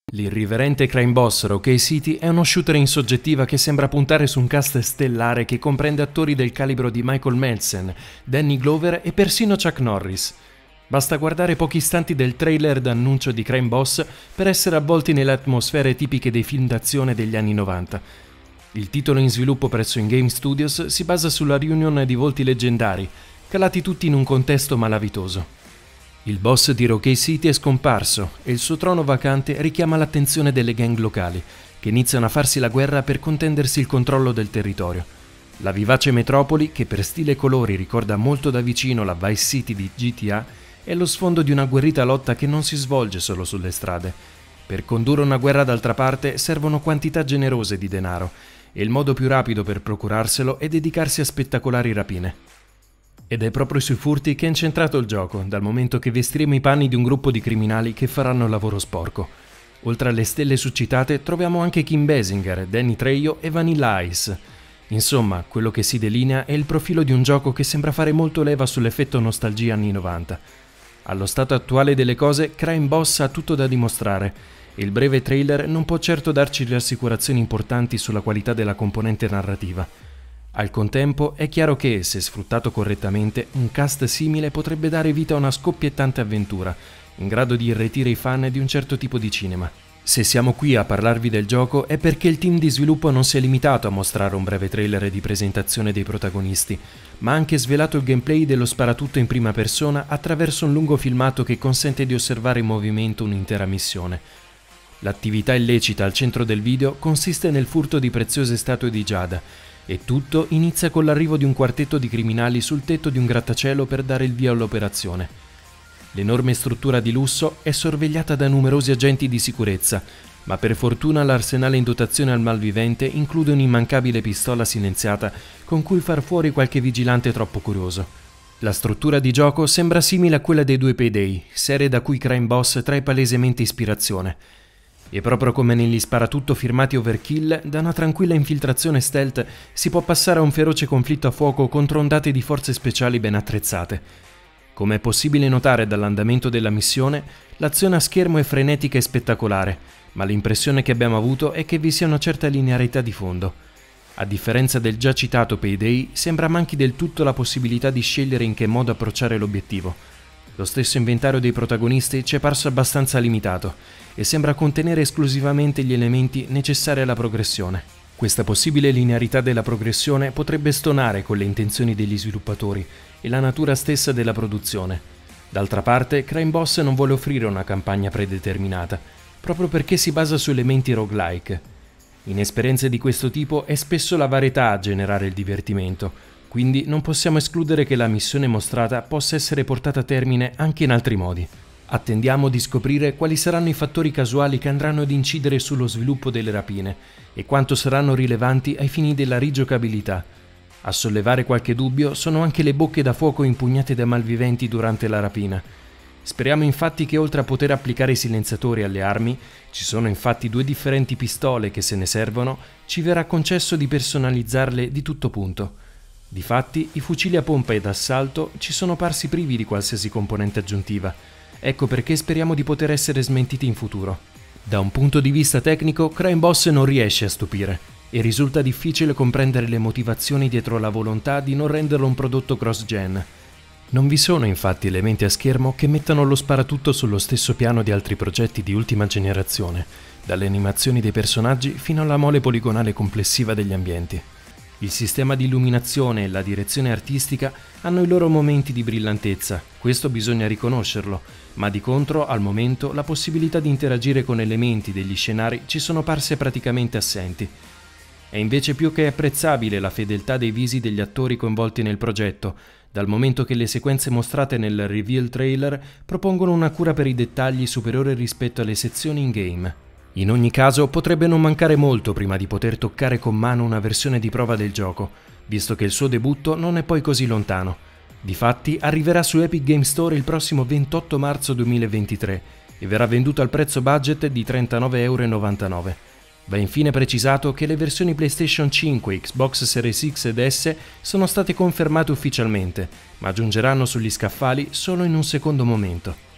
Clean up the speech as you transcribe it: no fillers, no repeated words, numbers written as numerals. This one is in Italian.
L'irriverente crime boss Rockay City è uno shooter in soggettiva che sembra puntare su un cast stellare che comprende attori del calibro di Michael Madsen, Danny Glover e persino Chuck Norris. Basta guardare pochi istanti del trailer d'annuncio di Crime Boss per essere avvolti nelle atmosfere tipiche dei film d'azione degli anni 90. Il titolo in sviluppo presso InGame Studios si basa sulla reunion di volti leggendari, calati tutti in un contesto malavitoso. Il boss di Rockay City è scomparso e il suo trono vacante richiama l'attenzione delle gang locali, che iniziano a farsi la guerra per contendersi il controllo del territorio. La vivace metropoli, che per stile e colori ricorda molto da vicino la Vice City di GTA, è lo sfondo di una agguerrita lotta che non si svolge solo sulle strade. Per condurre una guerra d'altra parte servono quantità generose di denaro, e il modo più rapido per procurarselo è dedicarsi a spettacolari rapine. Ed è proprio sui furti che è incentrato il gioco, dal momento che vestiremo i panni di un gruppo di criminali che faranno il lavoro sporco. Oltre alle stelle suscitate troviamo anche Kim Basinger, Danny Trejo e Vanilla Ice. Insomma, quello che si delinea è il profilo di un gioco che sembra fare molto leva sull'effetto nostalgia anni 90. Allo stato attuale delle cose, Crime Boss ha tutto da dimostrare, e il breve trailer non può certo darci rassicurazioni importanti sulla qualità della componente narrativa. Al contempo è chiaro che, se sfruttato correttamente, un cast simile potrebbe dare vita a una scoppiettante avventura, in grado di irretire i fan di un certo tipo di cinema. Se siamo qui a parlarvi del gioco è perché il team di sviluppo non si è limitato a mostrare un breve trailer di presentazione dei protagonisti, ma ha anche svelato il gameplay dello sparatutto in prima persona attraverso un lungo filmato che consente di osservare in movimento un'intera missione. L'attività illecita al centro del video consiste nel furto di preziose statue di giada, e tutto inizia con l'arrivo di un quartetto di criminali sul tetto di un grattacielo per dare il via all'operazione. L'enorme struttura di lusso è sorvegliata da numerosi agenti di sicurezza, ma per fortuna l'arsenale in dotazione al malvivente include un'immancabile pistola silenziata con cui far fuori qualche vigilante troppo curioso. La struttura di gioco sembra simile a quella dei due Payday, serie da cui Crime Boss trae palesemente ispirazione. E proprio come negli sparatutto firmati Overkill, da una tranquilla infiltrazione stealth si può passare a un feroce conflitto a fuoco contro ondate di forze speciali ben attrezzate. Come è possibile notare dall'andamento della missione, l'azione a schermo è frenetica e spettacolare, ma l'impressione che abbiamo avuto è che vi sia una certa linearità di fondo. A differenza del già citato Payday, sembra manchi del tutto la possibilità di scegliere in che modo approcciare l'obiettivo. Lo stesso inventario dei protagonisti ci è parso abbastanza limitato e sembra contenere esclusivamente gli elementi necessari alla progressione. Questa possibile linearità della progressione potrebbe stonare con le intenzioni degli sviluppatori e la natura stessa della produzione. D'altra parte, Crime Boss non vuole offrire una campagna predeterminata, proprio perché si basa su elementi roguelike. In esperienze di questo tipo è spesso la varietà a generare il divertimento, quindi non possiamo escludere che la missione mostrata possa essere portata a termine anche in altri modi. Attendiamo di scoprire quali saranno i fattori casuali che andranno ad incidere sullo sviluppo delle rapine e quanto saranno rilevanti ai fini della rigiocabilità. A sollevare qualche dubbio sono anche le bocche da fuoco impugnate da malviventi durante la rapina. Speriamo infatti che oltre a poter applicare i silenziatori alle armi, ci sono infatti due differenti pistole che, se ne servono, ci verrà concesso di personalizzarle di tutto punto. Difatti, i fucili a pompa ed assalto ci sono parsi privi di qualsiasi componente aggiuntiva. Ecco perché speriamo di poter essere smentiti in futuro. Da un punto di vista tecnico, Crime Boss non riesce a stupire, e risulta difficile comprendere le motivazioni dietro la volontà di non renderlo un prodotto cross-gen. Non vi sono infatti elementi a schermo che mettano lo sparatutto sullo stesso piano di altri progetti di ultima generazione, dalle animazioni dei personaggi fino alla mole poligonale complessiva degli ambienti. Il sistema di illuminazione e la direzione artistica hanno i loro momenti di brillantezza, questo bisogna riconoscerlo, ma di contro, al momento, la possibilità di interagire con elementi degli scenari ci sono parse praticamente assenti. È invece più che apprezzabile la fedeltà dei visi degli attori coinvolti nel progetto, dal momento che le sequenze mostrate nel reveal trailer propongono una cura per i dettagli superiore rispetto alle sezioni in-game. In ogni caso, potrebbe non mancare molto prima di poter toccare con mano una versione di prova del gioco, visto che il suo debutto non è poi così lontano. Difatti, arriverà su Epic Game Store il prossimo 28 marzo 2023 e verrà venduto al prezzo budget di €39,99. Va infine precisato che le versioni PlayStation 5, Xbox Series X ed S sono state confermate ufficialmente, ma giungeranno sugli scaffali solo in un secondo momento.